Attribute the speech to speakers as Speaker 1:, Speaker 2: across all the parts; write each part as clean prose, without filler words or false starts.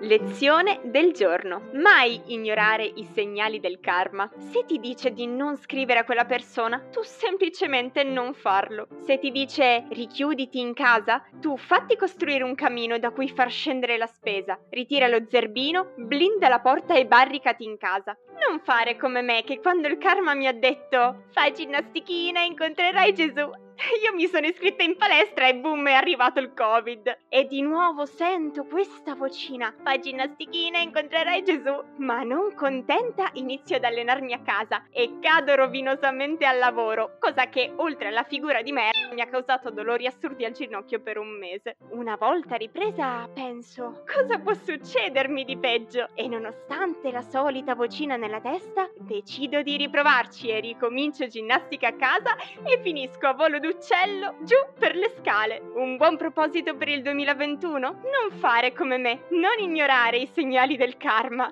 Speaker 1: Lezione del giorno. Mai ignorare i segnali del karma. Se ti dice di non scrivere a quella persona, tu semplicemente non farlo. Se ti dice richiuditi in casa, tu fatti costruire un camino da cui far scendere la spesa. Ritira lo zerbino, blinda la porta e barricati in casa. Non fare come me che quando il karma mi ha detto fai ginnastichina e incontrerai Gesù, io mi sono iscritta in palestra e boom, è arrivato il Covid. E di nuovo sento questa vocina: fai ginnastichina e incontrerai Gesù. Ma non contenta, inizio ad allenarmi a casa e cado rovinosamente al lavoro, cosa che, oltre alla figura di merda, mi ha causato dolori assurdi al ginocchio per un mese. Una volta ripresa, penso: cosa può succedermi di peggio? E nonostante la solita vocina nella testa, decido di riprovarci e ricomincio ginnastica a casa e finisco a volo d'uccello giù per le scale. Un buon proposito per il 2021? Non fare come me, non ignorare i segnali del karma.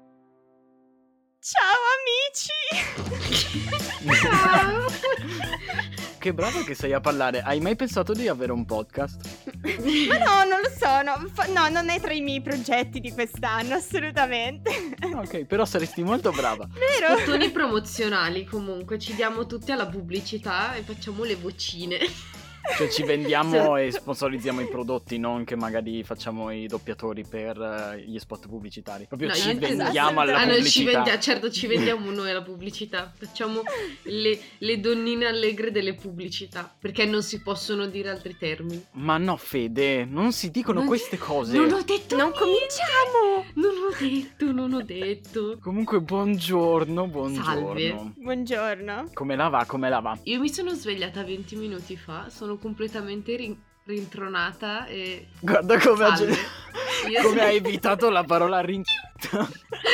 Speaker 1: Ciao amici!
Speaker 2: Ciao!
Speaker 3: Che brava che sei a parlare. Hai mai pensato di avere un podcast?
Speaker 1: Ma no, non lo so, no, non è tra i miei progetti di quest'anno, assolutamente.
Speaker 3: Ok, però saresti molto brava.
Speaker 1: Vero?
Speaker 2: Bottoni promozionali comunque, ci diamo tutti alla pubblicità e facciamo le vocine.
Speaker 3: Cioè ci vendiamo e sponsorizziamo i prodotti, non che magari facciamo i doppiatori per gli spot pubblicitari. Proprio
Speaker 2: No,
Speaker 3: ci
Speaker 2: esatto.
Speaker 3: vendiamo alla
Speaker 2: Noi
Speaker 3: pubblicità.
Speaker 2: certo, ci vendiamo noi alla pubblicità. Facciamo le donnine allegre delle pubblicità, perché non si possono dire altri termini.
Speaker 3: Ma no, Fede, non si dicono queste cose.
Speaker 2: Non ho detto
Speaker 1: Non
Speaker 2: niente.
Speaker 1: cominciamo!
Speaker 2: Non ho detto.
Speaker 3: Comunque buongiorno.
Speaker 2: Salve.
Speaker 1: Buongiorno.
Speaker 3: Come la va?
Speaker 2: Io mi sono svegliata 20 minuti fa, sono completamente rintronata e...
Speaker 3: Guarda come,
Speaker 2: Salve. Io
Speaker 3: come
Speaker 2: sono-
Speaker 3: hai evitato la parola
Speaker 2: Dai!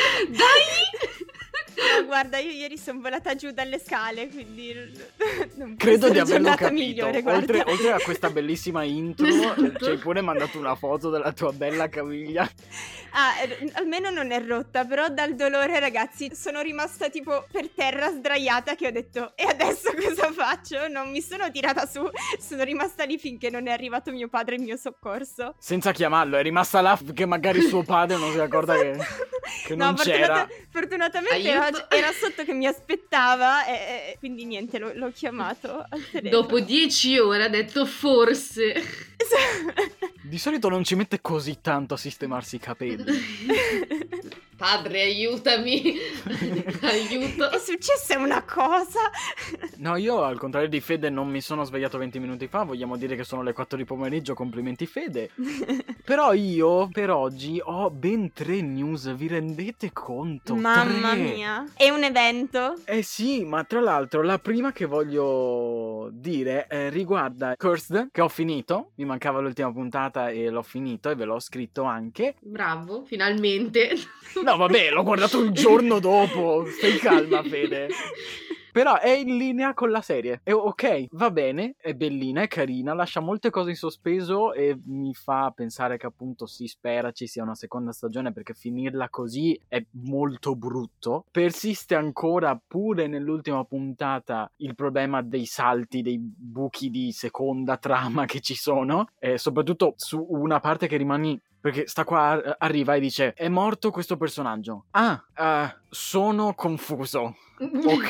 Speaker 1: No, guarda, io ieri sono volata giù dalle scale, quindi non può
Speaker 3: Credo
Speaker 1: essere
Speaker 3: di averlo
Speaker 1: giornata
Speaker 3: capito.
Speaker 1: migliore, guarda.
Speaker 3: Oltre a questa bellissima intro,
Speaker 2: Esatto.
Speaker 3: ci hai pure mandato una foto della tua bella caviglia.
Speaker 1: Almeno non è rotta, però dal dolore, ragazzi, sono rimasta tipo per terra sdraiata che ho detto e adesso cosa faccio? Non mi sono tirata su, sono rimasta lì finché non è arrivato mio padre in mio soccorso.
Speaker 3: Senza chiamarlo, è rimasta là che magari suo padre non si accorta che non c'era.
Speaker 1: Fortunatamente
Speaker 2: Aiuto.
Speaker 1: era sotto che mi aspettava e quindi niente, l'ho chiamato al telefono.
Speaker 2: Dopo 10 ore ha detto forse.
Speaker 3: Di solito non ci mette così tanto a sistemarsi i capelli.
Speaker 2: Padre, aiutami. Aiuto.
Speaker 1: È successa una cosa.
Speaker 3: No, io al contrario di Fede non mi sono svegliato 20 minuti fa. Vogliamo dire che sono le 4 di pomeriggio. Complimenti Fede. Però io per oggi ho ben 3 news. Vi rendete conto?
Speaker 1: Mamma
Speaker 3: 3.
Speaker 1: mia. È un evento?
Speaker 3: Eh sì, ma tra l'altro la prima che voglio dire riguarda Cursed, che ho finito. Mi mancava l'ultima puntata e l'ho finito e ve l'ho scritto anche.
Speaker 2: Bravo, finalmente.
Speaker 3: No vabbè, l'ho guardato il giorno dopo. Stai calma, Fede. Però è in linea con la serie. E ok, va bene, è bellina, è carina, lascia molte cose in sospeso e mi fa pensare che appunto si spera ci sia una seconda stagione, perché finirla così è molto brutto. Persiste ancora pure nell'ultima puntata il problema dei salti, dei buchi di seconda trama che ci sono, soprattutto su una parte che rimani... Perché sta qua, arriva e dice: è morto questo personaggio. Sono confuso. Ok.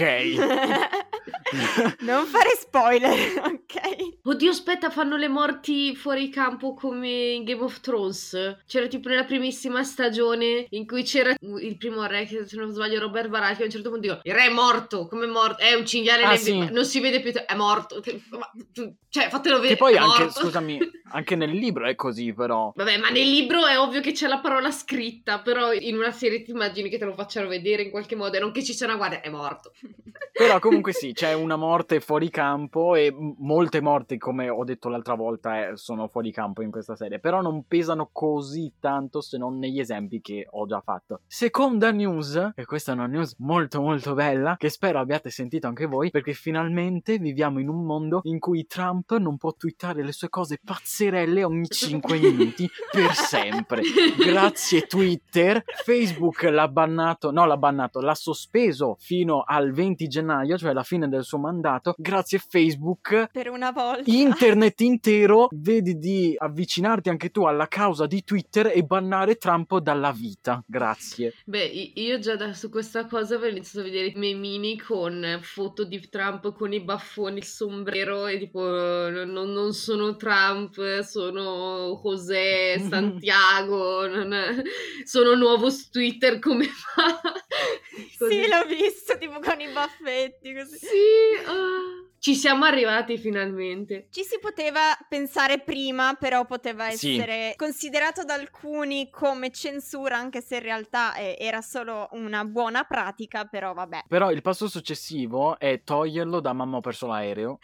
Speaker 1: Non fare spoiler, ok?
Speaker 2: Oddio, aspetta, fanno le morti fuori campo come in Game of Thrones. C'era tipo nella primissima stagione in cui c'era il primo re, che se non sbaglio Robert Baratheon, a un certo punto dico: il re è morto, come è morto? È un cinghiale,
Speaker 3: Sì.
Speaker 2: non si vede più, è morto. Cioè, fatelo vedere.
Speaker 3: Che poi
Speaker 2: è
Speaker 3: anche,
Speaker 2: morto.
Speaker 3: scusami, anche nel libro è così però.
Speaker 2: Vabbè, ma nel libro è ovvio che c'è la parola scritta, però in una serie ti immagini che te lo facciano vedere in qualche modo e non che ci sia una guardia, è morto.
Speaker 3: Però comunque sì, c'è una morte fuori campo e molte morti, come ho detto l'altra volta, sono fuori campo in questa serie. Però non pesano così tanto se non negli esempi che ho già fatto. Seconda news, e questa è una news molto molto bella, che spero abbiate sentito anche voi, perché finalmente viviamo in un mondo in cui Trump non può twittare le sue cose pazzesche passerelle ogni 5 minuti per sempre. Grazie Twitter. Facebook l'ha sospeso fino al 20 gennaio, cioè alla fine del suo mandato. Grazie Facebook.
Speaker 1: Per una volta.
Speaker 3: Internet intero vedi di avvicinarti anche tu alla causa di Twitter e bannare Trump dalla vita. Grazie.
Speaker 2: Beh, io già su questa cosa avevo iniziato a vedere memini con foto di Trump con i baffoni, il sombrero e tipo non sono Trump, sono José Santiago, sono nuovo su Twitter, come fa? Così.
Speaker 1: Sì, l'ho visto, tipo con i baffetti così.
Speaker 2: Sì, ci siamo arrivati finalmente.
Speaker 1: Ci si poteva pensare prima, però poteva essere considerato da alcuni come censura, anche se in realtà era solo una buona pratica, però vabbè.
Speaker 3: Però il passo successivo è toglierlo da Mamma ho perso l'aereo,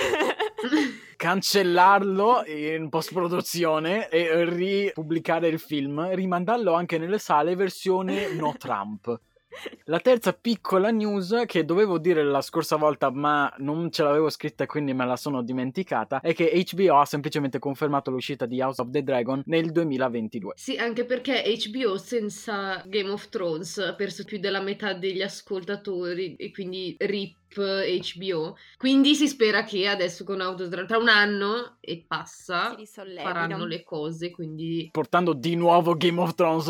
Speaker 3: cancellarlo in post-produzione e ripubblicare il film, rimandarlo anche nelle sale versione no Trump. La terza piccola news che dovevo dire la scorsa volta ma non ce l'avevo scritta e quindi me la sono dimenticata è che HBO ha semplicemente confermato l'uscita di House of the Dragon nel 2022.
Speaker 2: Sì, anche perché HBO senza Game of Thrones ha perso più della metà degli ascoltatori e quindi RIP HBO. Quindi si spera che adesso con House of the Dragon tra un anno e passa faranno le cose, quindi
Speaker 3: portando di nuovo Game of Thrones.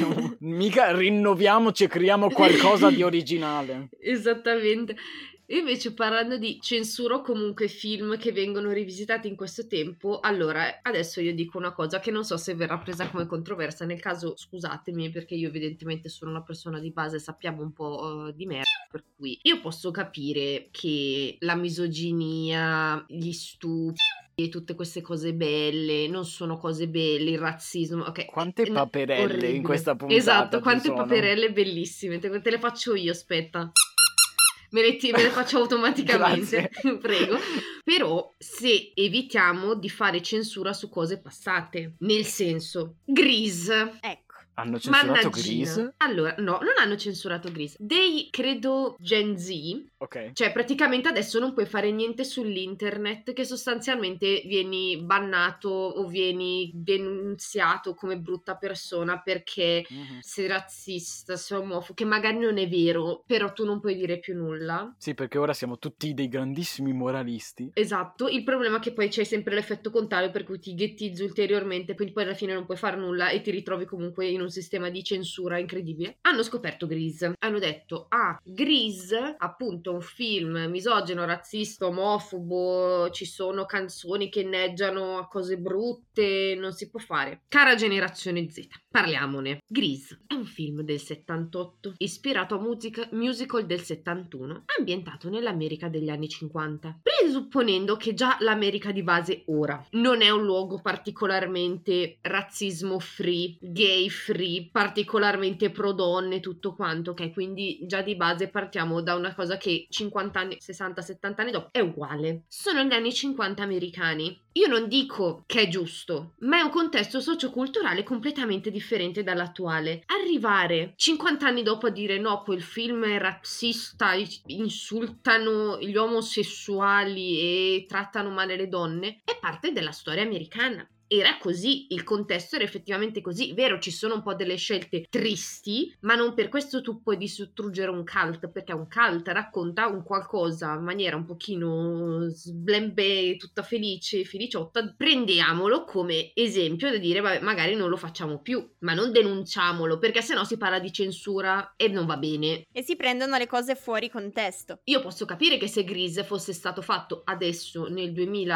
Speaker 3: Mica rinnoviamoci e creiamo qualcosa di originale.
Speaker 2: Esattamente. E invece parlando di censura o comunque film che vengono rivisitati in questo tempo, allora adesso io dico una cosa che non so se verrà presa come controversa, nel caso scusatemi perché io evidentemente sono una persona di base, sappiamo un po' di merda, per cui io posso capire che la misoginia, gli stupri e tutte queste cose belle non sono cose belle, il razzismo, ok.
Speaker 3: Quante paperelle orribile. In questa puntata.
Speaker 2: Esatto, quante paperelle bellissime, te le faccio io, aspetta. Me le faccio automaticamente, prego. Però se evitiamo di fare censura su cose passate, nel senso, Grease.
Speaker 1: Ecco.
Speaker 3: Hanno censurato Grease?
Speaker 2: Allora, no, non hanno censurato Grease. Dei, credo, Gen Z.
Speaker 3: Ok.
Speaker 2: Cioè, praticamente adesso non puoi fare niente sull'internet che sostanzialmente vieni bannato o vieni denunziato come brutta persona perché sei razzista, sei omofobo, che magari non è vero, però tu non puoi dire più nulla.
Speaker 3: Sì, perché ora siamo tutti dei grandissimi moralisti.
Speaker 2: Esatto, il problema è che poi c'è sempre l'effetto contrario per cui ti ghettizzi ulteriormente, quindi poi alla fine non puoi fare nulla e ti ritrovi comunque in un sistema di censura incredibile. Hanno scoperto Grease, hanno detto Grease, appunto un film misogino, razzista, omofobo, ci sono canzoni che inneggiano a cose brutte, non si può fare. Cara generazione Z, parliamone. Grease è un film del 78 ispirato a musical del 71 ambientato nell'America degli anni 50, presupponendo che già l'America di base ora non è un luogo particolarmente razzismo free, gay free, particolarmente pro donne, tutto quanto, ok? Quindi già di base partiamo da una cosa che 50 anni, 60, 70 anni dopo è uguale. Sono gli anni 50 americani. Io non dico che è giusto, ma è un contesto socioculturale completamente differente dall'attuale. Arrivare 50 anni dopo a dire no, quel film è razzista, insultano gli omosessuali e trattano male le donne, è parte della storia americana. Era così, il contesto era effettivamente così, vero, ci sono un po' delle scelte tristi, ma non per questo tu puoi distruggere un cult, perché un cult racconta un qualcosa in maniera un pochino sblembe, tutta felice, feliciotta, prendiamolo come esempio da dire vabbè, magari non lo facciamo più, ma non denunciamolo, perché sennò si parla di censura e non va bene.
Speaker 1: E si prendono le cose fuori contesto.
Speaker 2: Io posso capire che se Grease fosse stato fatto adesso nel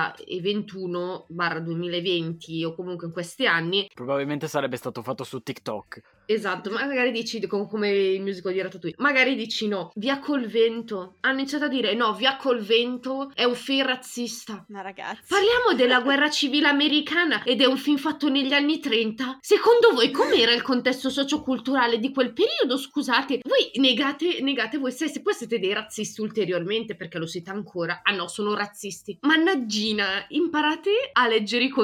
Speaker 2: 2021/2020 o comunque in questi anni
Speaker 3: probabilmente sarebbe stato fatto su TikTok.
Speaker 2: Esatto, magari dici come il musical di Ratatouille, magari dici no, Via col vento, hanno iniziato a dire no, Via col vento è un film razzista.
Speaker 1: Ma ragazzi,
Speaker 2: parliamo della guerra civile americana ed è un film fatto negli anni 30. Secondo voi com'era il contesto socioculturale di quel periodo? Scusate, voi negate voi stessi, poi siete dei razzisti ulteriormente perché lo siete ancora. Ah no, sono razzisti. Mannaggina, imparate a leggere i contesti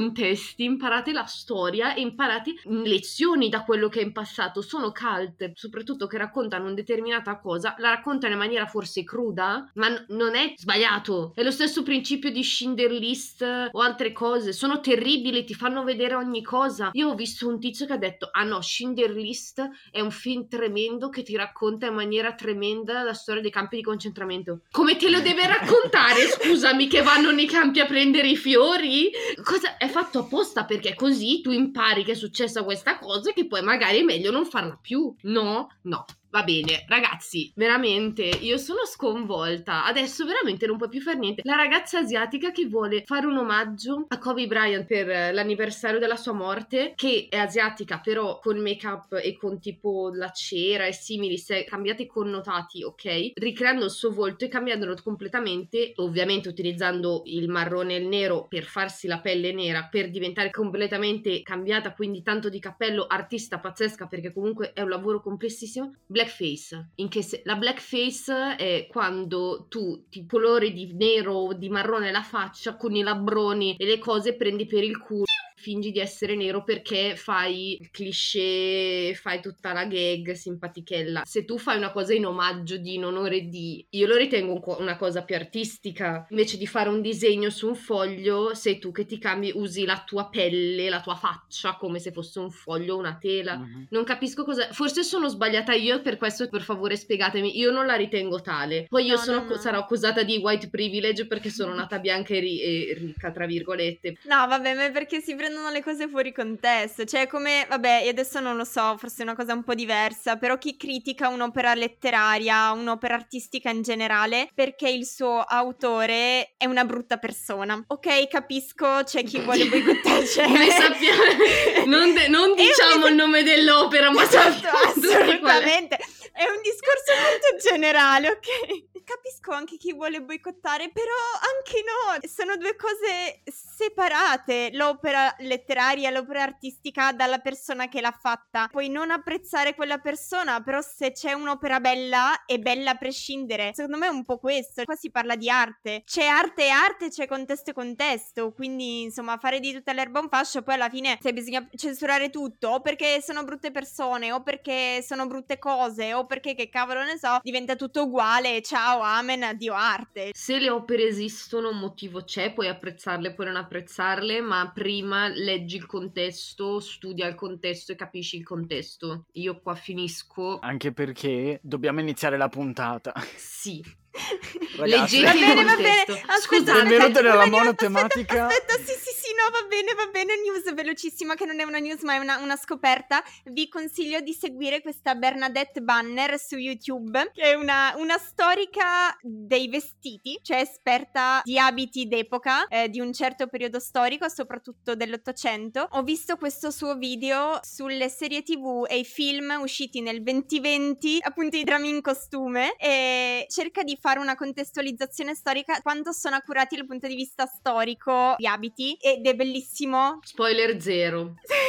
Speaker 2: questi imparate la storia e imparate lezioni da quello che è in passato. Sono cult, soprattutto che raccontano una determinata cosa, la raccontano in maniera forse cruda, ma non è sbagliato. È lo stesso principio di Schindler List o altre cose, sono terribili, ti fanno vedere ogni cosa. Io ho visto un tizio che ha detto: ah no, Schindler List è un film tremendo che ti racconta in maniera tremenda la storia dei campi di concentramento. Come te lo deve raccontare, scusami, che vanno nei campi a prendere i fiori? Cosa è fatto apposta, perché così tu impari che è successa questa cosa e che poi magari è meglio non farla più. No. Va bene, ragazzi, veramente, io sono sconvolta. Adesso veramente non puoi più fare niente. La ragazza asiatica che vuole fare un omaggio a Kobe Bryant per l'anniversario della sua morte, che è asiatica però con make-up e con tipo la cera e simili, cambiati i connotati, ok? Ricreando il suo volto e cambiandolo completamente, ovviamente utilizzando il marrone e il nero per farsi la pelle nera, per diventare completamente cambiata, quindi tanto di cappello, artista pazzesca, perché comunque è un lavoro complessissimo. Blackface, la blackface è quando tu ti colori di nero o di marrone la faccia con i labbroni e le cose, prendi per il culo, fingi di essere nero perché fai il cliché, fai tutta la gag simpatichella. Se tu fai una cosa in omaggio in onore di, io lo ritengo una cosa più artistica. Invece di fare un disegno su un foglio, sei tu che ti cambi, usi la tua pelle, la tua faccia come se fosse un foglio o una tela. Non capisco cosa, forse sono sbagliata io, per questo per favore spiegatemi. Io non la ritengo tale. Poi io sarò accusata di white privilege perché sono nata bianca e ricca, tra virgolette.
Speaker 1: No, vabbè, ma perché si prendono le cose fuori contesto, cioè come, vabbè, io adesso non lo so, forse è una cosa un po' diversa, però chi critica un'opera letteraria, un'opera artistica in generale, perché il suo autore è una brutta persona. Ok, capisco, c'è chi vuole boicottare, cioè...
Speaker 2: Noi sappiamo, non diciamo il nome dell'opera, ma
Speaker 1: esatto, assolutamente, è un discorso molto generale, ok? Capisco anche chi vuole boicottare, però anche no, sono due cose separate, l'opera letteraria, l'opera artistica dalla persona che l'ha fatta. Puoi non apprezzare quella persona, però se c'è un'opera bella, è bella a prescindere. Secondo me è un po' questo, qua si parla di arte. C'è arte e arte, c'è contesto e contesto, quindi insomma fare di tutta l'erba un fascio, poi alla fine se bisogna censurare tutto, o perché sono brutte persone, o perché sono brutte cose, o perché che cavolo ne so, diventa tutto uguale, ciao, amen, addio arte.
Speaker 2: Se le opere esistono un motivo c'è, puoi apprezzarle, puoi non apprezzarle, ma prima leggi il contesto, studia il contesto e capisci il contesto. Io qua finisco.
Speaker 3: Anche perché dobbiamo iniziare la puntata.
Speaker 2: Sì.
Speaker 3: Ragazzi,
Speaker 2: leggete il contesto.
Speaker 1: Va bene.
Speaker 2: Scusate,
Speaker 3: benvenuti nella monotematica.
Speaker 1: Aspetta, sì, no, va bene, news velocissima, che non è una news ma è una scoperta. Vi consiglio di seguire questa Bernadette Banner su YouTube, che è una storica dei vestiti, cioè esperta di abiti d'epoca, di un certo periodo storico, soprattutto dell'Ottocento. Ho visto questo suo video sulle serie TV e i film usciti nel 2020, appunto i drammi in costume, e cerca di fare una contestualizzazione storica quanto sono accurati dal punto di vista storico gli abiti, ed è bellissimo.
Speaker 2: Spoiler zero.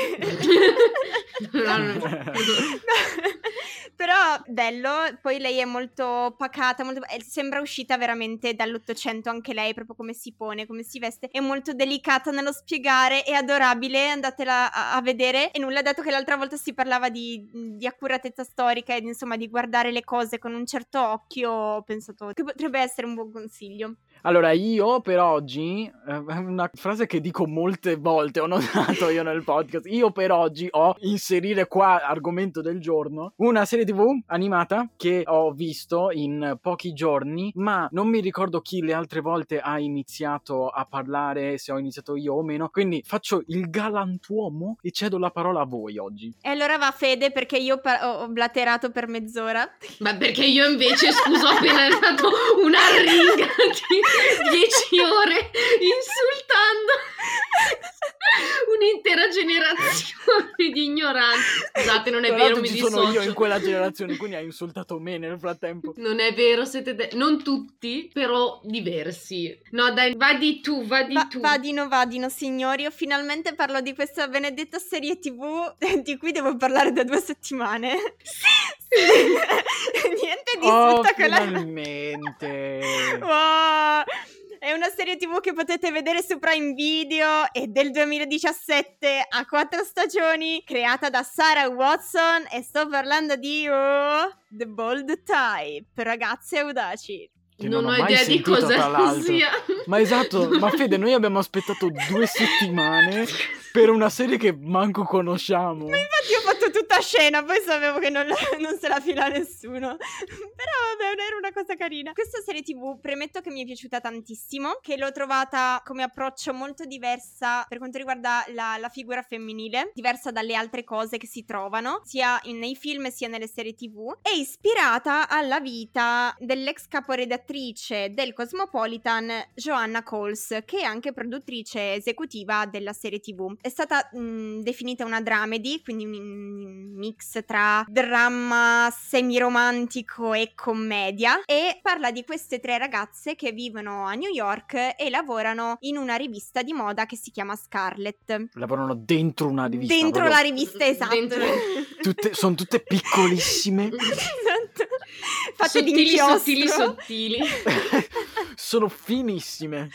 Speaker 2: No.
Speaker 1: Però bello. Poi lei è molto pacata, sembra uscita veramente dall'Ottocento anche lei, proprio come si pone, come si veste, è molto delicata nello spiegare, è adorabile, andatela a vedere. E nulla, dato che l'altra volta si parlava di accuratezza storica e insomma di guardare le cose con un certo occhio, ho pensato che potrebbe essere un buon consiglio.
Speaker 3: Allora, io per oggi, una frase che dico molte volte, ho notato io nel podcast, io per oggi ho inserire qua argomento del giorno, una serie TV animata che ho visto in pochi giorni, ma non mi ricordo chi le altre volte ha iniziato a parlare, se ho iniziato io o meno, quindi faccio il galantuomo e cedo la parola a voi oggi.
Speaker 1: E allora va Fede, perché io ho blaterato per mezz'ora.
Speaker 2: Ma perché io invece, scusa, ho appena dato una ringa di 10 ore insultando un'intera generazione di ignoranti. Scusate, non è vero, mi dissocio.
Speaker 3: Sono io in quella generazione, quindi hai insultato me nel frattempo.
Speaker 2: Non è vero, siete non tutti, però diversi. No, dai, vadi tu.
Speaker 1: Vadino, signori. Io finalmente parlo di questa benedetta serie TV di cui devo parlare da 2 settimane. Niente di spettacolare.
Speaker 3: Finalmente.
Speaker 1: Wow. È una serie TV che potete vedere su Prime Video, è del 2017, ha 4 stagioni, creata da Sarah Watson e sto parlando di The Bold Type, ragazze audaci.
Speaker 3: Che
Speaker 2: non ho
Speaker 3: mai
Speaker 2: idea di
Speaker 3: sentito,
Speaker 2: cosa
Speaker 3: tra l'altro.
Speaker 2: sia.
Speaker 3: Ma esatto, ma Fede, noi abbiamo aspettato 2 settimane per una serie che manco conosciamo.
Speaker 1: Ma infatti ho fatto tutta scena, poi sapevo che non se la fila nessuno. Però vabbè, era una cosa carina. Questa serie TV, premetto che mi è piaciuta tantissimo, che l'ho trovata come approccio molto diversa per quanto riguarda la figura femminile, diversa dalle altre cose che si trovano, sia nei film sia nelle serie TV. È ispirata alla vita dell'ex caporedattrice del Cosmopolitan, Joanna Coles, che è anche produttrice esecutiva della serie TV. È stata definita una dramedy, quindi un mix tra dramma semiromantico e commedia, e parla di queste 3 ragazze che vivono a New York e lavorano in una rivista di moda che si chiama Scarlet.
Speaker 3: Lavorano dentro una rivista.
Speaker 1: Dentro
Speaker 3: proprio.
Speaker 1: la rivista, esatto.
Speaker 3: Sono tutte piccolissime.
Speaker 1: Esatto. Fatte di inchiostro.
Speaker 2: sottili.
Speaker 3: Sono finissime.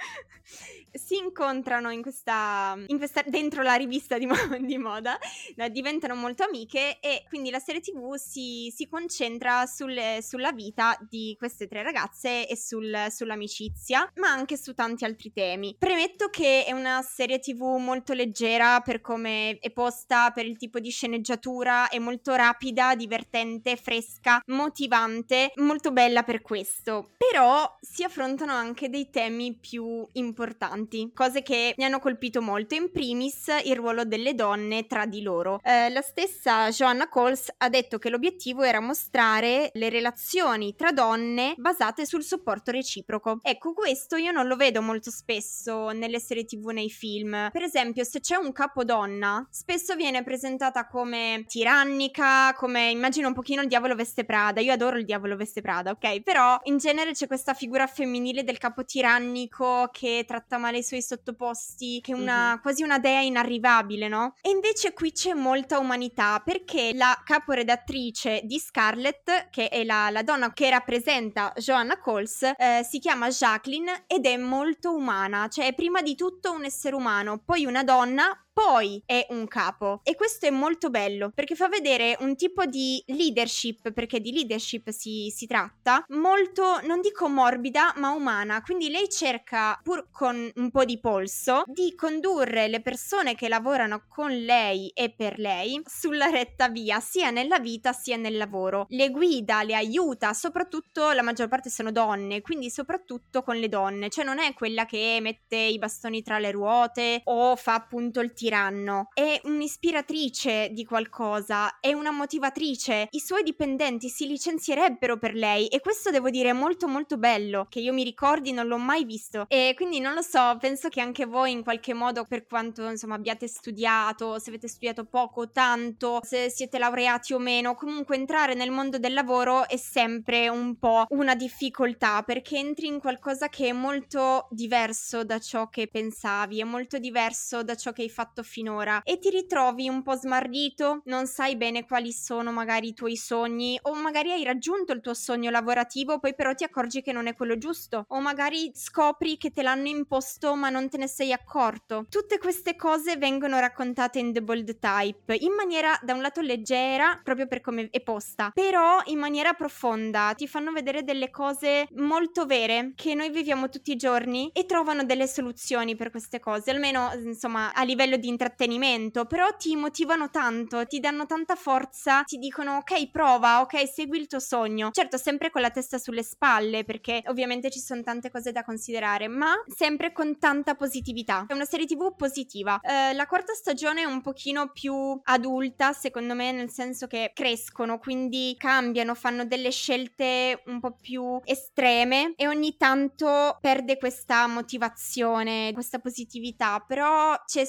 Speaker 1: Si incontrano in questa dentro la rivista di moda, diventano molto amiche e quindi la serie TV si concentra sulla vita di queste 3 ragazze e sull'amicizia, ma anche su tanti altri temi. Premetto che è una serie TV molto leggera per come è posta, per il tipo di sceneggiatura, è molto rapida, divertente, fresca, motivante, molto bella per questo. Però si affrontano anche dei temi più importanti, cose che mi hanno colpito molto, in primis il ruolo delle donne tra di loro. La stessa Joanna Coles ha detto che l'obiettivo era mostrare le relazioni tra donne basate sul supporto reciproco. Ecco, questo io non lo vedo molto spesso nelle serie TV, nei film. Per esempio, se c'è un capodonna, spesso viene presentata come tirannica, come, immagino un pochino il Diavolo Veste Prada. Io adoro il Diavolo Veste Prada, ok? Però in genere c'è questa figura femminile del capo tirannico che tratta male i suoi sottoposti, che è quasi una dea inarrivabile, no? E invece qui c'è molta umanità, perché la caporedattrice di Scarlet, che è la donna che rappresenta Joanna Coles, si chiama Jacqueline ed è molto umana, cioè è prima di tutto un essere umano, poi una donna, poi è un capo. E questo è molto bello perché fa vedere un tipo di leadership, perché di leadership si tratta, molto, non dico morbida, ma umana. Quindi lei cerca, pur con un po' di polso, di condurre le persone che lavorano con lei e per lei sulla retta via, sia nella vita sia nel lavoro. Le guida, le aiuta, soprattutto la maggior parte sono donne, quindi soprattutto con le donne, cioè non è quella che mette i bastoni tra le ruote o fa appunto il tiranno, è un'ispiratrice di qualcosa, è una motivatrice. I suoi dipendenti si licenzierebbero per lei e questo devo dire è molto molto bello, che io mi ricordi non l'ho mai visto, e quindi non lo so, penso che anche voi in qualche modo, per quanto insomma abbiate studiato, se avete studiato poco o tanto, se siete laureati o meno, comunque entrare nel mondo del lavoro è sempre un po' una difficoltà, perché entri in qualcosa che è molto diverso da ciò che pensavi, è molto diverso da ciò che hai fatto finora e ti ritrovi un po' smarrito, non sai bene quali sono magari i tuoi sogni, o magari hai raggiunto il tuo sogno lavorativo, poi però ti accorgi che non è quello giusto, o magari scopri che te l'hanno imposto ma non te ne sei accorto. Tutte queste cose vengono raccontate in The Bold Type in maniera da un lato leggera, proprio per come è posta, però in maniera profonda, ti fanno vedere delle cose molto vere che noi viviamo tutti i giorni e trovano delle soluzioni per queste cose, almeno insomma a livello di intrattenimento, però ti motivano tanto, ti danno tanta forza, ti dicono ok, prova, ok, segui il tuo sogno, certo sempre con la testa sulle spalle, perché ovviamente ci sono tante cose da considerare, ma sempre con tanta positività. È una serie TV positiva. La 4ª stagione è un pochino più adulta secondo me, nel senso che crescono, quindi cambiano, fanno delle scelte un po' più estreme e ogni tanto perde questa motivazione, questa positività, però c'è sempre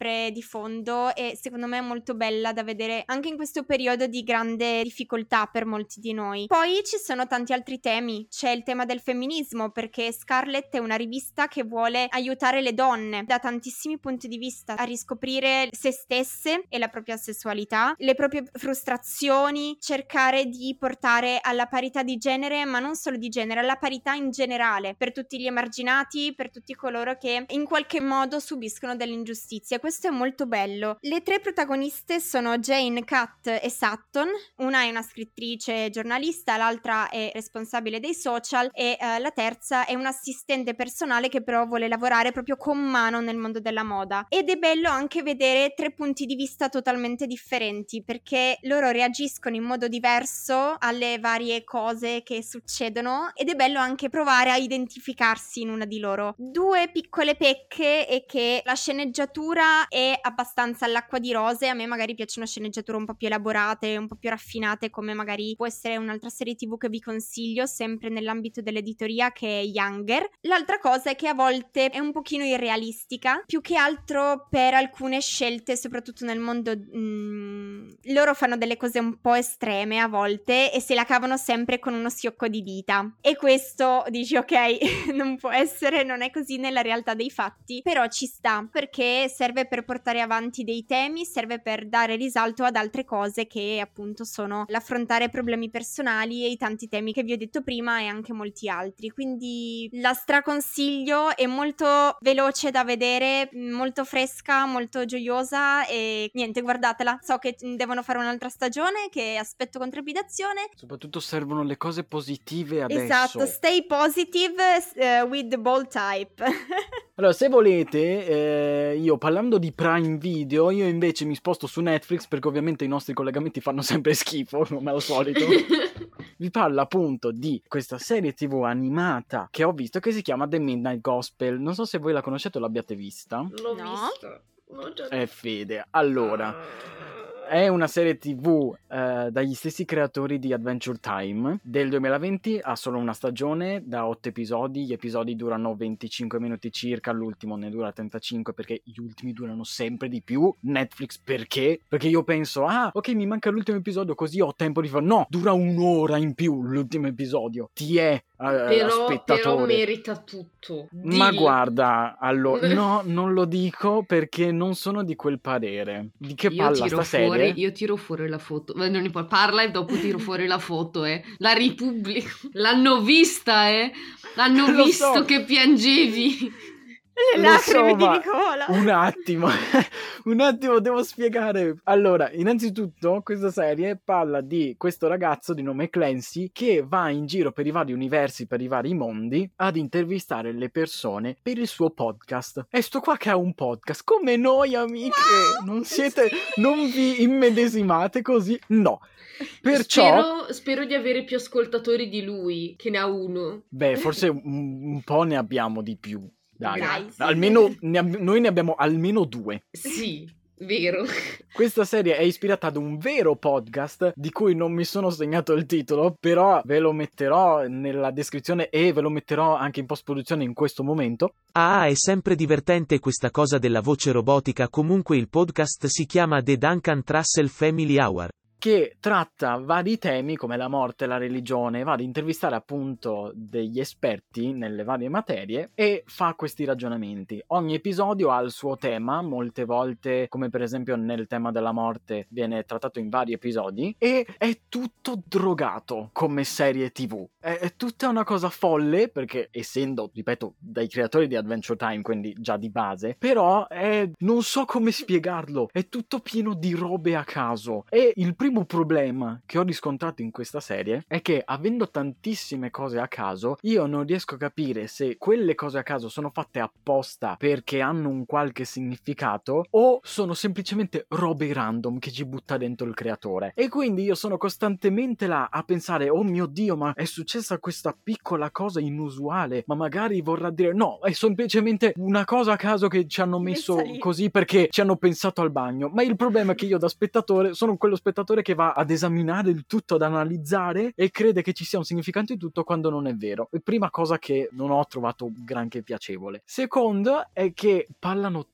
Speaker 1: sempre di fondo e secondo me è molto bella da vedere anche in questo periodo di grande difficoltà per molti di noi. Poi ci sono tanti altri temi, c'è il tema del femminismo, perché Scarlet è una rivista che vuole aiutare le donne da tantissimi punti di vista a riscoprire se stesse e la propria sessualità, le proprie frustrazioni, cercare di portare alla parità di genere, ma non solo di genere, alla parità in generale, per tutti gli emarginati, per tutti coloro che in qualche modo subiscono delle ingiustizie. Questo è molto bello. Le 3 protagoniste sono Jane, Kat e Sutton. Una è una scrittrice giornalista, l'altra è responsabile dei social e la terza è un assistente personale che però vuole lavorare proprio con mano nel mondo della moda. Ed è bello anche vedere 3 punti di vista totalmente differenti, perché loro reagiscono in modo diverso alle varie cose che succedono ed è bello anche provare a identificarsi in una di loro. 2 piccole pecche è che la sceneggiatura è abbastanza all'acqua di rose. A me magari piacciono sceneggiature un po' più elaborate, un po' più raffinate, come magari può essere un'altra serie TV che vi consiglio sempre nell'ambito dell'editoria, che è Younger. L'altra cosa è che a volte è un pochino irrealistica, più che altro per alcune scelte, soprattutto nel mondo loro fanno delle cose un po' estreme a volte e se la cavano sempre con uno schiocco di dita, e questo dici ok, non può essere, non è così nella realtà dei fatti, però ci sta, perché serve per portare avanti dei temi, serve per dare risalto ad altre cose che appunto sono l'affrontare problemi personali e i tanti temi che vi ho detto prima e anche molti altri. Quindi la straconsiglio, è molto veloce da vedere, molto fresca, molto gioiosa e niente, guardatela. So che devono fare un'altra stagione che aspetto con trepidazione.
Speaker 3: Soprattutto servono le cose positive adesso.
Speaker 1: Esatto, stay positive with the bold type.
Speaker 3: Allora, se volete, io parlando di Prime Video, io invece mi sposto su Netflix perché ovviamente i nostri collegamenti fanno sempre schifo, come al solito. Vi parlo appunto di questa serie TV animata che ho visto che si chiama The Midnight Gospel. Non so se voi la conoscete o l'abbiate vista.
Speaker 2: L'ho vista.
Speaker 3: Fede. Allora, è una serie TV dagli stessi creatori di Adventure Time del 2020, ha solo una stagione da 8 episodi, gli episodi durano 25 minuti circa, l'ultimo ne dura 35 perché gli ultimi durano sempre di più. Netflix perché? Perché io penso, ok, mi manca l'ultimo episodio così ho tempo di fare, no, dura un'ora in più l'ultimo episodio, ti è spettatore.
Speaker 2: Però merita tutto.
Speaker 3: Ma guarda, allora, no, non lo dico perché non sono di quel parere. Di che parla sta serie?
Speaker 2: Io tiro fuori la foto. Non importa, parla e dopo tiro fuori la foto, La Repubblica. L'hanno vista, L'hanno
Speaker 3: Lo
Speaker 2: visto
Speaker 3: so.
Speaker 2: che piangevi.
Speaker 1: Le lacrime di Nicola.
Speaker 3: Un attimo, devo spiegare. Allora, innanzitutto, questa serie parla di questo ragazzo di nome Clancy che va in giro per i vari universi, per i vari mondi, ad intervistare le persone per il suo podcast. E sto qua che ha un podcast, come noi, amiche. Non vi immedesimate così? No. Perciò
Speaker 2: spero di avere più ascoltatori di lui, che ne ha uno.
Speaker 3: Beh, forse un po' ne abbiamo di più. Dai,
Speaker 1: Grazie.
Speaker 3: almeno noi ne abbiamo almeno 2.
Speaker 2: Sì, vero.
Speaker 3: Questa serie è ispirata ad un vero podcast di cui non mi sono segnato il titolo, però ve lo metterò nella descrizione e ve lo metterò anche in post-produzione in questo momento.
Speaker 4: È sempre divertente questa cosa della voce robotica. Comunque il podcast si chiama The Duncan Trussell Family Hour,
Speaker 3: che tratta vari temi come la morte, la religione, va ad intervistare appunto degli esperti nelle varie materie e fa questi ragionamenti. Ogni episodio ha il suo tema, molte volte, come per esempio nel tema della morte, viene trattato in vari episodi e è tutto drogato come serie TV. È tutta una cosa folle perché essendo, ripeto, dai creatori di Adventure Time, quindi già di base, però non so come spiegarlo, è tutto pieno di robe a caso. E il primo problema che ho riscontrato in questa serie è che avendo tantissime cose a caso io non riesco a capire se quelle cose a caso sono fatte apposta perché hanno un qualche significato o sono semplicemente robe random che ci butta dentro il creatore, e quindi io sono costantemente là a pensare oh mio Dio, ma è successa questa piccola cosa inusuale, ma magari vorrà dire no, è semplicemente una cosa a caso che ci hanno messo così perché ci hanno pensato al bagno. Ma il problema è che io da spettatore sono quello spettatore che va ad esaminare il tutto, ad analizzare e crede che ci sia un significato in tutto quando non è vero. Prima cosa che non ho trovato granché piacevole. Secondo è che parlano tantissimo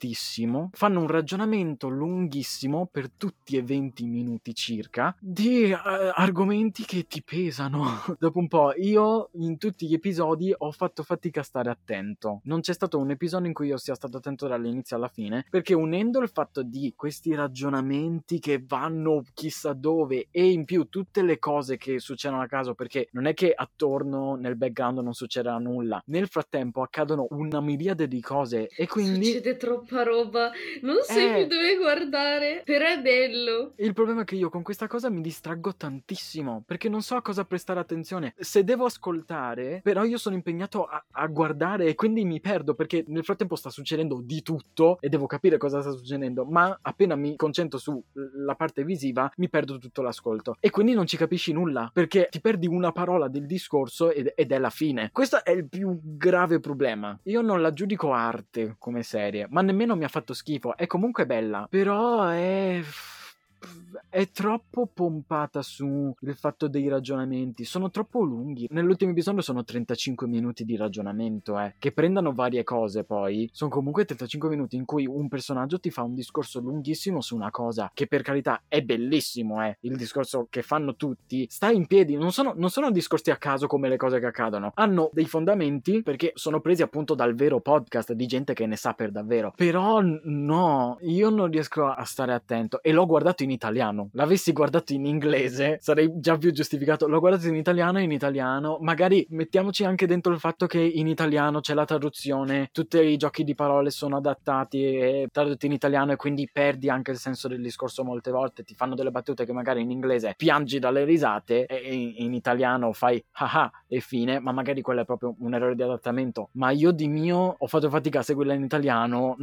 Speaker 3: tantissimo, fanno un ragionamento lunghissimo per tutti e 20 minuti circa di argomenti che ti pesano. Dopo un po' io in tutti gli episodi ho fatto fatica a stare attento. Non c'è stato un episodio in cui io sia stato attento dall'inizio alla fine, perché unendo il fatto di questi ragionamenti che vanno chissà dove e in più tutte le cose che succedono a caso, perché non è che attorno nel background non succederà nulla, nel frattempo accadono una miriade di cose e quindi
Speaker 2: succede troppa roba, non sai più dove guardare, però è bello.
Speaker 3: Il problema è che io con questa cosa mi distraggo tantissimo, perché non so a cosa prestare attenzione. Se devo ascoltare, però io sono impegnato a guardare e quindi mi perdo, perché nel frattempo sta succedendo di tutto e devo capire cosa sta succedendo, ma appena mi concentro sulla parte visiva mi perdo tutto l'ascolto e quindi non ci capisci nulla, perché ti perdi una parola del discorso ed è la fine. Questo è il più grave problema. Io non la giudico arte come serie, ma nemmeno mi ha fatto schifo, è comunque bella, però è troppo pompata su il fatto dei ragionamenti, sono troppo lunghi. Nell'ultimo episodio sono 35 minuti di ragionamento, che prendano varie cose, poi sono comunque 35 minuti in cui un personaggio ti fa un discorso lunghissimo su una cosa che per carità è bellissimo, il discorso che fanno tutti sta in piedi, non sono discorsi a caso come le cose che accadono, hanno dei fondamenti perché sono presi appunto dal vero podcast di gente che ne sa per davvero. Però no, io non riesco a stare attento e l'ho guardato in italiano. L'avessi guardato in inglese sarei già più giustificato. L'ho guardato in italiano, magari mettiamoci anche dentro il fatto che in italiano c'è la traduzione, tutti i giochi di parole sono adattati e tradotti in italiano e quindi perdi anche il senso del discorso molte volte, ti fanno delle battute che magari in inglese piangi dalle risate e in italiano fai haha e fine, ma magari quello è proprio un errore di adattamento. Ma io di mio ho fatto fatica a seguirla in italiano,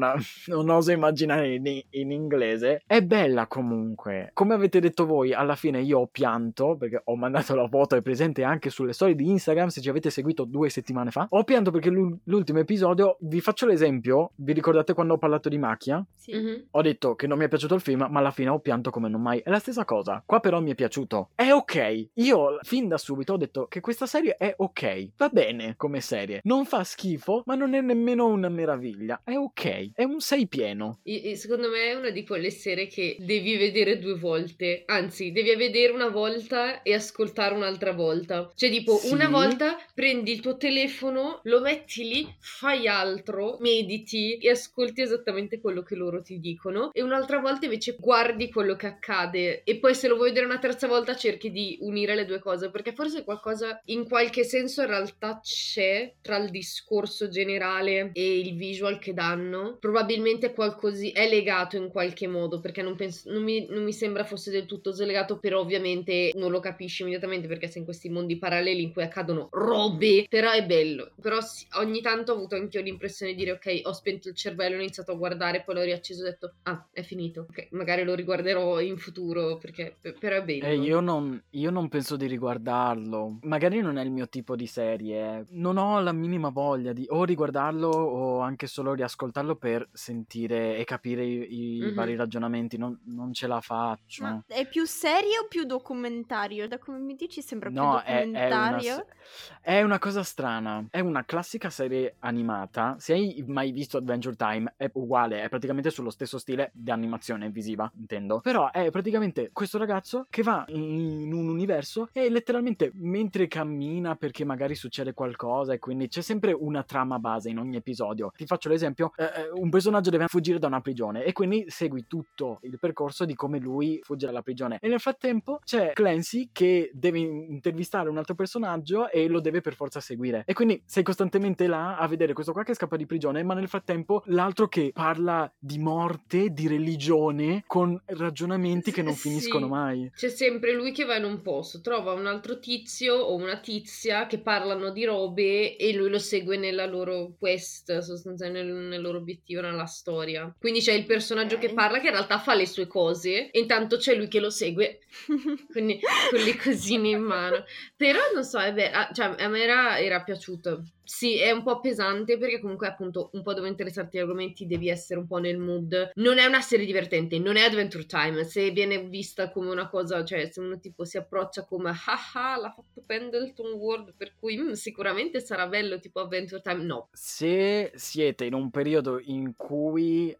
Speaker 3: non oso immaginare in inglese. È bella comunque, come avete detto voi, alla fine io ho pianto perché ho mandato la foto, è presente anche sulle storie di Instagram se ci avete seguito 2 settimane fa. Ho pianto perché l'ultimo episodio, vi faccio l'esempio, vi ricordate quando ho parlato di Macchia?
Speaker 1: Sì.
Speaker 3: Ho detto che non mi è piaciuto il film, ma alla fine ho pianto come non mai. È la stessa cosa, qua però mi è piaciuto, è ok. Io fin da subito ho detto che questa serie è ok, va bene come serie, non fa schifo ma non è nemmeno una meraviglia, è ok, è un 6 pieno.
Speaker 2: Secondo me è una di quelle serie che devi vedere 2 volte, anzi devi vedere una volta e ascoltare un'altra volta, cioè tipo
Speaker 3: Sì.
Speaker 2: Una volta prendi il tuo telefono, lo metti lì, fai altro, mediti e ascolti esattamente quello che loro ti dicono, e un'altra volta invece guardi quello che accade e poi se lo vuoi vedere una terza volta cerchi di unire le 2 cose, perché forse qualcosa in qualche senso in realtà c'è tra il discorso generale e il visual che danno, probabilmente qualcosa è legato in qualche modo, perché non mi sembra fosse del tutto slegato, però ovviamente non lo capisci immediatamente perché sei in questi mondi paralleli in cui accadono robe, però è bello. Però sì, ogni tanto ho avuto anche io l'impressione di dire ok, ho spento il cervello, ho iniziato a guardare, poi l'ho riacceso e ho detto è finito, ok, magari lo riguarderò in futuro perché però è bello.
Speaker 3: Io non penso di riguardarlo, magari non è il mio tipo di serie, non ho la minima voglia di o riguardarlo o anche solo riascoltarlo per sentire e capire i vari ragionamenti, non ce la faccio.
Speaker 1: Ma è più serie o più documentario? Da come mi dici sembra più
Speaker 3: No,
Speaker 1: documentario.
Speaker 3: è una cosa strana, è una classica serie animata. Se hai mai visto Adventure Time è uguale, è praticamente sullo stesso stile di animazione visiva, intendo. Però è praticamente questo ragazzo che va in un universo e letteralmente mentre cammina, perché magari succede qualcosa e quindi c'è sempre una trama base in ogni episodio. Ti faccio l'esempio, un personaggio deve fuggire da una prigione e quindi segui tutto il percorso di come lui fugge dalla prigione e nel frattempo c'è Clancy che deve intervistare un altro personaggio e lo deve per forza seguire e quindi sei costantemente là a vedere questo qua che scappa di prigione, ma nel frattempo l'altro che parla di morte, di religione con ragionamenti che non finiscono mai.
Speaker 2: C'è sempre lui che va in un posto, trova un altro tizio o una tizia che parlano di robe e lui lo segue nella loro quest, sostanzialmente nel loro obiettivo, nella storia. Quindi c'è il personaggio che parla che in realtà fa le sue cose e intanto c'è lui che lo segue quindi con le cosine in mano. Però non so, cioè, a me era piaciuto. Sì, è un po' pesante perché comunque appunto un po' dove interessarti gli argomenti devi essere un po' nel mood. Non è una serie divertente, non è Adventure Time, se viene vista come una cosa, cioè se uno tipo si approccia come haha l'ha fatto Pendleton Ward per cui sicuramente sarà bello tipo Adventure Time, no.
Speaker 3: Se siete in un periodo in cui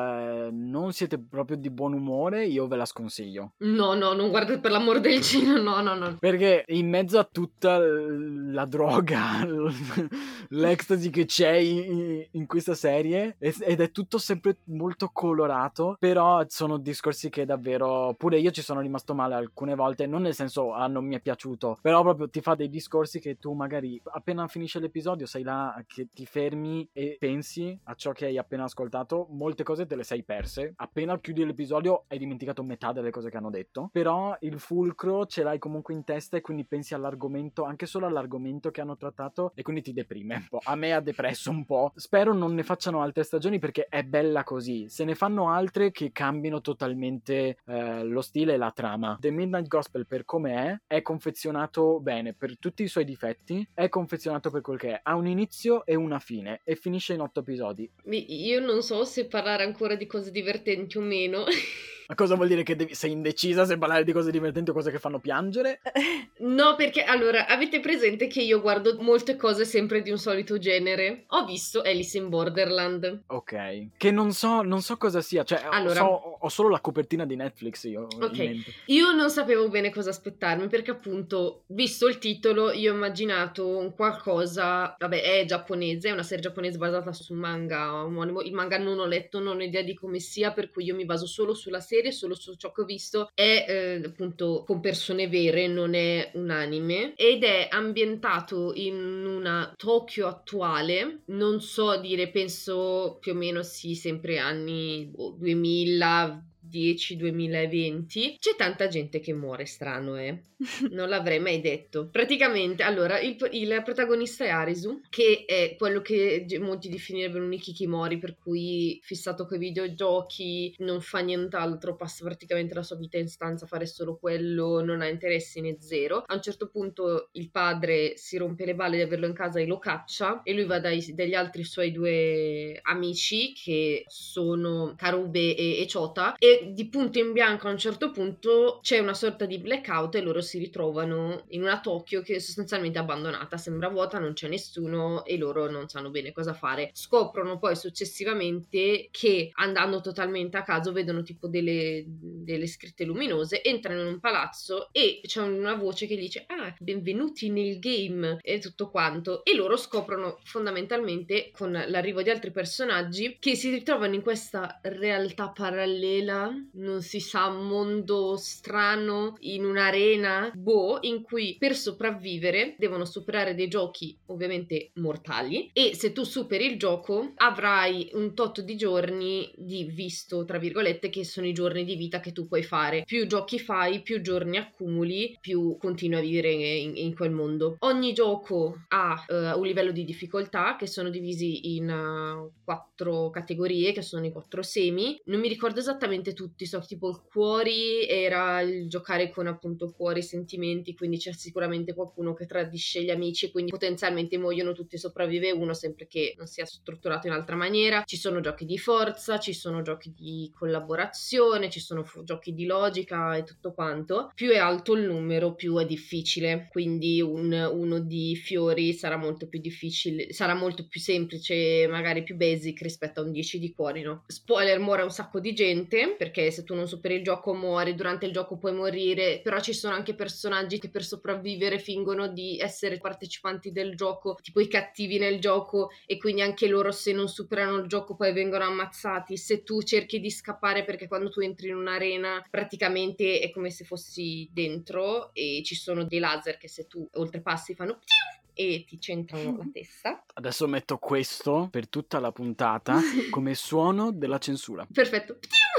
Speaker 3: non siete proprio di buon umore, io ve la sconsiglio.
Speaker 2: No, non guarda per l'amor del cielo, no.
Speaker 3: Perché in mezzo a tutta la droga, l'ecstasy che c'è in questa serie, ed è tutto sempre molto colorato, però sono discorsi che davvero, pure io ci sono rimasto male alcune volte, non nel senso non mi è piaciuto, però proprio ti fa dei discorsi che tu magari appena finisce l'episodio sei là che ti fermi e pensi a ciò che hai appena ascoltato, molte cose te le sei perse, appena chiudi l'episodio hai dimenticato metà delle cose che hanno detto, però il fulcro ce l'hai comunque in testa e quindi pensi all'argomento, anche solo all'argomento che hanno trattato, e quindi ti deprime un po'. A me ha depresso un po'. Spero non ne facciano altre stagioni perché è bella così. Se ne fanno altre che cambino totalmente lo stile e la trama. The Midnight Gospel, per come è confezionato bene, per tutti i suoi difetti, è confezionato per quel che è. Ha un inizio e una fine e finisce in 8 episodi.
Speaker 2: Io non so se parlare ancora di cose divertenti o meno.
Speaker 3: Ma cosa vuol dire che sei indecisa se parlare di cose divertenti o cose che fanno piangere?
Speaker 2: No, perché allora, avete presente che io guardo molte cose sempre di un solito genere? Ho visto Alice in Borderland.
Speaker 3: Ok. Che non so cosa sia, cioè
Speaker 2: allora,
Speaker 3: ho solo la copertina di Netflix io in mente.
Speaker 2: Io non sapevo bene cosa aspettarmi perché appunto, visto il titolo, io ho immaginato un qualcosa, vabbè, è giapponese, è una serie giapponese basata su un manga omonimo. Il manga non ho letto, non ho idea di come sia, per cui io mi baso solo sulla serie, solo su ciò che ho visto. È appunto con persone vere, non è un anime, ed è ambientato in una Tokyo attuale, non so dire, penso più o meno sì, sempre anni 2010-2020. C'è tanta gente che muore, strano, non l'avrei mai detto. Praticamente, allora, il protagonista è Arisu, che è quello che molti definirebbero un Ikikimori, per cui fissato coi videogiochi, non fa nient'altro, passa praticamente la sua vita in stanza a fare solo quello, non ha interessi né zero. A un certo punto il padre si rompe le balle di averlo in casa e lo caccia, e lui va dagli altri suoi 2 amici, che sono Karube e Chota, e di punto in bianco a un certo punto c'è una sorta di blackout e loro si ritrovano in una Tokyo che è sostanzialmente abbandonata, sembra vuota, non c'è nessuno e loro non sanno bene cosa fare. Scoprono poi successivamente che, andando totalmente a caso, vedono tipo delle scritte luminose, entrano in un palazzo e c'è una voce che dice benvenuti nel game e tutto quanto, e loro scoprono fondamentalmente, con l'arrivo di altri personaggi, che si ritrovano in questa realtà parallela, non si sa, mondo strano, in un'arena in cui per sopravvivere devono superare dei giochi ovviamente mortali, e se tu superi il gioco avrai un tot di giorni di visto, tra virgolette, che sono i giorni di vita che tu puoi fare. Più giochi fai, più giorni accumuli, più continui a vivere in quel mondo. Ogni gioco ha un livello di difficoltà che sono divisi in 4 categorie, che sono i 4 semi. Non mi ricordo esattamente tutti, so che tipo il cuori era il giocare con appunto cuori, sentimenti, quindi c'è sicuramente qualcuno che tradisce gli amici, quindi potenzialmente muoiono tutti, sopravvive uno, sempre che non sia strutturato in altra maniera. Ci sono giochi di forza, ci sono giochi di collaborazione, ci sono giochi di logica e tutto quanto. Più è alto il numero, più è difficile, quindi uno di fiori sarà molto più difficile, sarà molto più semplice, magari più basic rispetto a un 10 di cuori, no? Spoiler, muore un sacco di gente, perché se tu non superi il gioco muori, durante il gioco puoi morire, però ci sono anche personaggi che per sopravvivere fingono di essere partecipanti del gioco, tipo i cattivi nel gioco, e quindi anche loro, se non superano il gioco, poi vengono ammazzati. Se tu cerchi di scappare, perché quando tu entri in un'arena praticamente è come se fossi dentro e ci sono dei laser che se tu oltrepassi fanno e ti centrano la testa.
Speaker 3: Adesso metto questo per tutta la puntata come suono della censura.
Speaker 2: Perfetto.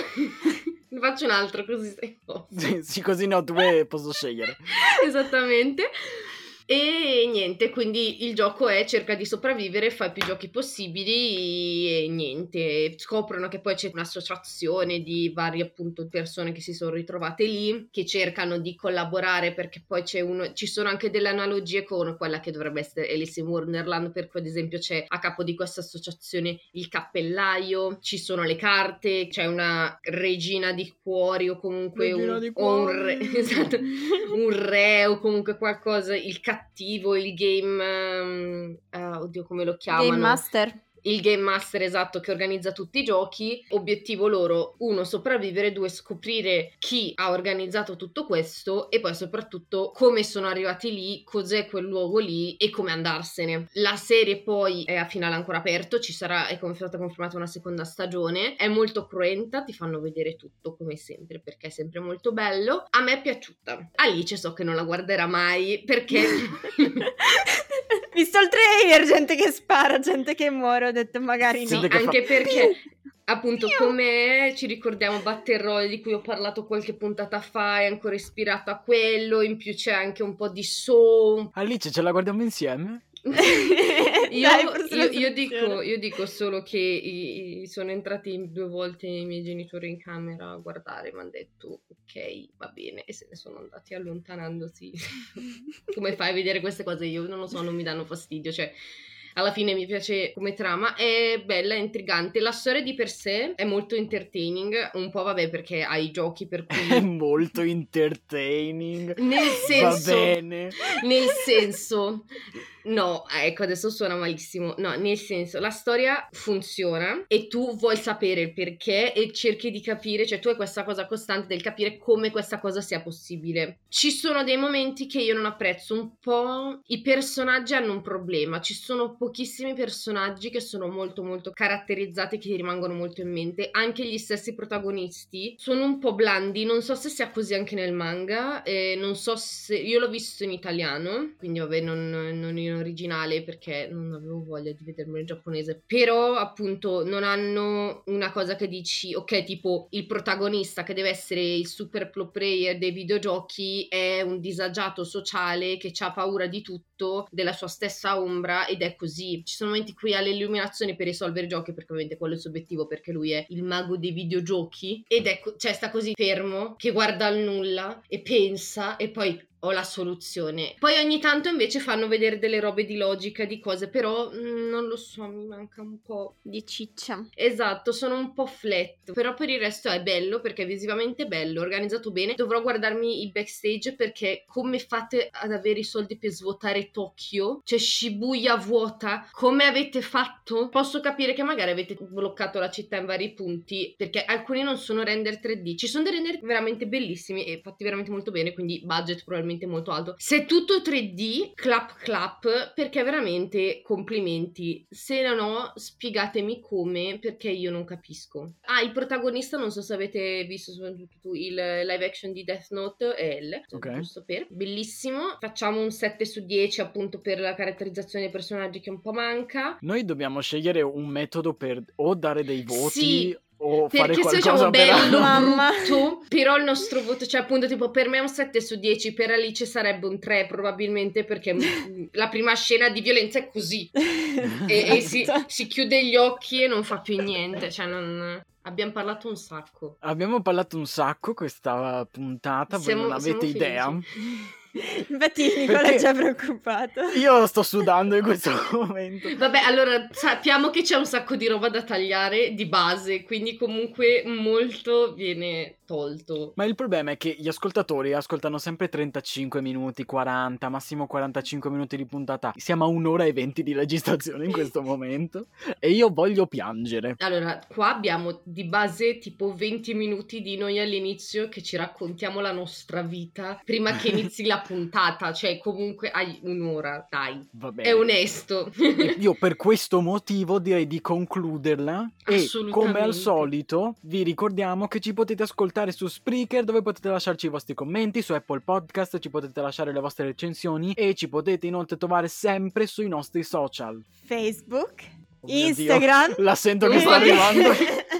Speaker 2: Ne faccio un altro così sei
Speaker 3: sì, così ne ho 2 posso scegliere.
Speaker 2: Esattamente. E niente, quindi il gioco è cerca di sopravvivere, fai più giochi possibili e niente, scoprono che poi c'è un'associazione di varie appunto persone che si sono ritrovate lì, che cercano di collaborare perché poi ci sono anche delle analogie con quella che dovrebbe essere Alice in Wonderland, per cui ad esempio c'è a capo di questa associazione il cappellaio, ci sono le carte, c'è una regina di cuori o comunque un re, esatto, un re o comunque qualcosa, il cattivo, il game oddio come lo chiamano?
Speaker 1: Game Master.
Speaker 2: Il Game Master, esatto, che organizza tutti i giochi. Obiettivo loro: 1, sopravvivere, 2, scoprire chi ha organizzato tutto questo e poi soprattutto come sono arrivati lì, cos'è quel luogo lì e come andarsene. La serie poi è a finale ancora aperto, è stata confermata una seconda stagione, è molto cruenta, ti fanno vedere tutto come sempre perché è sempre molto bello. A me è piaciuta. Alice so che non la guarderà mai perché...
Speaker 1: Visto il trailer, gente che spara, gente che muore, ho detto magari
Speaker 2: sì,
Speaker 1: no.
Speaker 2: Anche perché appunto come ci ricordiamo Battle Royale di cui ho parlato qualche puntata fa, è ancora ispirato a quello, in più c'è anche un po' di Saw.
Speaker 3: Alice, ce la guardiamo insieme?
Speaker 2: Io dico solo che sono entrati 2 volte i miei genitori in camera a guardare, mi hanno detto ok, va bene, e se ne sono andati allontanandosi. Come fai a vedere queste cose? Io non lo so, non mi danno fastidio, cioè alla fine mi piace come trama, è bella, è intrigante, la storia di per sé è molto entertaining, un po' vabbè perché ha i giochi per cui...
Speaker 3: È molto entertaining.
Speaker 2: Nel senso...
Speaker 3: Va bene.
Speaker 2: Nel senso... No, ecco, adesso suona malissimo. No, nel senso, la storia funziona e tu vuoi sapere il perché e cerchi di capire, cioè tu hai questa cosa costante del capire come questa cosa sia possibile. Ci sono dei momenti che io non apprezzo, un po' i personaggi hanno un problema, ci sono pochissimi personaggi che sono molto molto caratterizzati, che ti rimangono molto in mente, anche gli stessi protagonisti sono un po' blandi, non so se sia così anche nel manga, non so se... Io l'ho visto in italiano, quindi vabbè non in originale perché non avevo voglia di vedermelo in giapponese, però appunto non hanno una cosa che dici ok, tipo il protagonista che deve essere il super pro player dei videogiochi è un disagiato sociale che ha paura di tutto, della sua stessa ombra, ed è così. Ci sono momenti in cui ha l'illuminazione per risolvere i giochi perché ovviamente quello è il suo obiettivo, perché lui è il mago dei videogiochi ed è cioè sta così fermo che guarda al nulla e pensa e poi ho la soluzione. Poi ogni tanto invece fanno vedere delle robe di logica, di cose, però non lo so, mi manca un po'
Speaker 1: di ciccia.
Speaker 2: Esatto, sono un po' flat, però per il resto è bello perché è visivamente bello, organizzato bene. Dovrò guardarmi i backstage perché come fate ad avere i soldi per svuotare Tokyo? Cioè Shibuya vuota, come avete fatto? Posso capire che magari avete bloccato la città in vari punti perché alcuni non sono render 3D, ci sono dei render veramente bellissimi e fatti veramente molto bene, quindi budget probabilmente molto alto. Se è tutto 3D, clap perché veramente complimenti. Se no, spiegatemi come, perché io non capisco. Il protagonista, non so se avete visto soprattutto il live action di Death Note, è L, giusto per. Bellissimo. Facciamo un 7 su 10 appunto per la caratterizzazione dei personaggi che un po' manca.
Speaker 3: Noi dobbiamo scegliere un metodo per o dare dei voti,
Speaker 2: sì,
Speaker 3: o
Speaker 2: perché
Speaker 3: fare qualcosa
Speaker 2: se diciamo bello,
Speaker 1: mamma,
Speaker 2: brutto, però il nostro voto, cioè appunto tipo per me è un 7 su 10, per Alice sarebbe un 3 probabilmente perché la prima scena di violenza è così e si chiude gli occhi e non fa più niente, cioè non... Abbiamo parlato un sacco.
Speaker 3: Abbiamo parlato un sacco questa puntata, voi non avete idea.
Speaker 1: Infatti Nicola è già preoccupato.
Speaker 3: Io sto sudando in questo momento.
Speaker 2: Vabbè, allora sappiamo che c'è un sacco di roba da tagliare di base, quindi comunque molto viene tolto.
Speaker 3: Ma il problema è che gli ascoltatori ascoltano sempre 35 minuti, 40, massimo 45 minuti di puntata. Siamo a 1 ora e 20 di registrazione in questo momento e io voglio piangere.
Speaker 2: Allora, qua abbiamo di base tipo 20 minuti di noi all'inizio che ci raccontiamo la nostra vita prima che inizi la puntata, cioè comunque hai 1 ora, dai.
Speaker 3: Va bene.
Speaker 2: È onesto.
Speaker 3: Io per questo motivo direi di concluderla e come al solito vi ricordiamo che ci potete ascoltare su Spreaker, dove potete lasciarci i vostri commenti, su Apple Podcast ci potete lasciare le vostre recensioni e ci potete inoltre trovare sempre sui nostri social
Speaker 1: Facebook,
Speaker 3: oh
Speaker 1: Instagram,
Speaker 3: Dio, la sento che sta arrivando.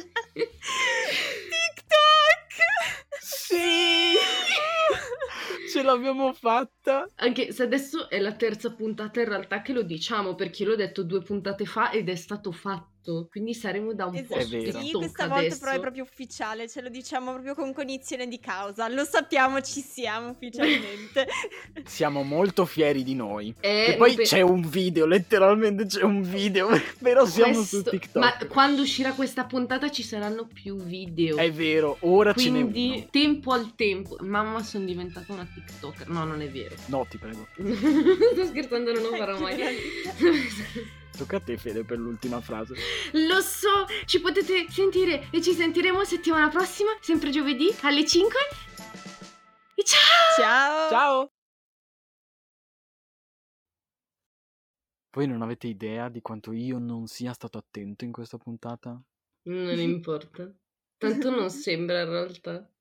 Speaker 1: TikTok.
Speaker 3: Sì. Ce l'abbiamo fatta.
Speaker 2: Anche se adesso è la terza puntata in realtà che lo diciamo, perché l'ho detto 2 puntate fa ed è stato fatto. Quindi saremo da un po'
Speaker 3: È
Speaker 1: Esatto,
Speaker 3: vero.
Speaker 2: su
Speaker 1: sì,
Speaker 2: TikTok
Speaker 1: questa volta
Speaker 2: adesso.
Speaker 1: però è proprio ufficiale, ce lo diciamo proprio con cognizione di causa, lo sappiamo, ci siamo ufficialmente.
Speaker 3: Siamo molto fieri di noi.
Speaker 2: Eh,
Speaker 3: E poi
Speaker 2: non pe-
Speaker 3: c'è un video, letteralmente c'è un video, però siamo su TikTok.
Speaker 2: Ma quando uscirà questa puntata ci saranno più video.
Speaker 3: È vero, ora ce n'è
Speaker 2: Quindi
Speaker 3: uno.
Speaker 2: tempo al tempo. Mamma, sono diventata una TikToker. No, non è vero.
Speaker 3: No, ti prego.
Speaker 2: Sto scherzando, non lo farò mai.
Speaker 3: Tocca a te, Fede, per l'ultima frase.
Speaker 2: Lo so, ci potete sentire e ci sentiremo settimana prossima, sempre giovedì alle 5. E ciao!
Speaker 1: Ciao!
Speaker 3: Ciao! Voi non avete idea di quanto io non sia stato attento in questa puntata?
Speaker 2: Non importa. Tanto non sembra in realtà.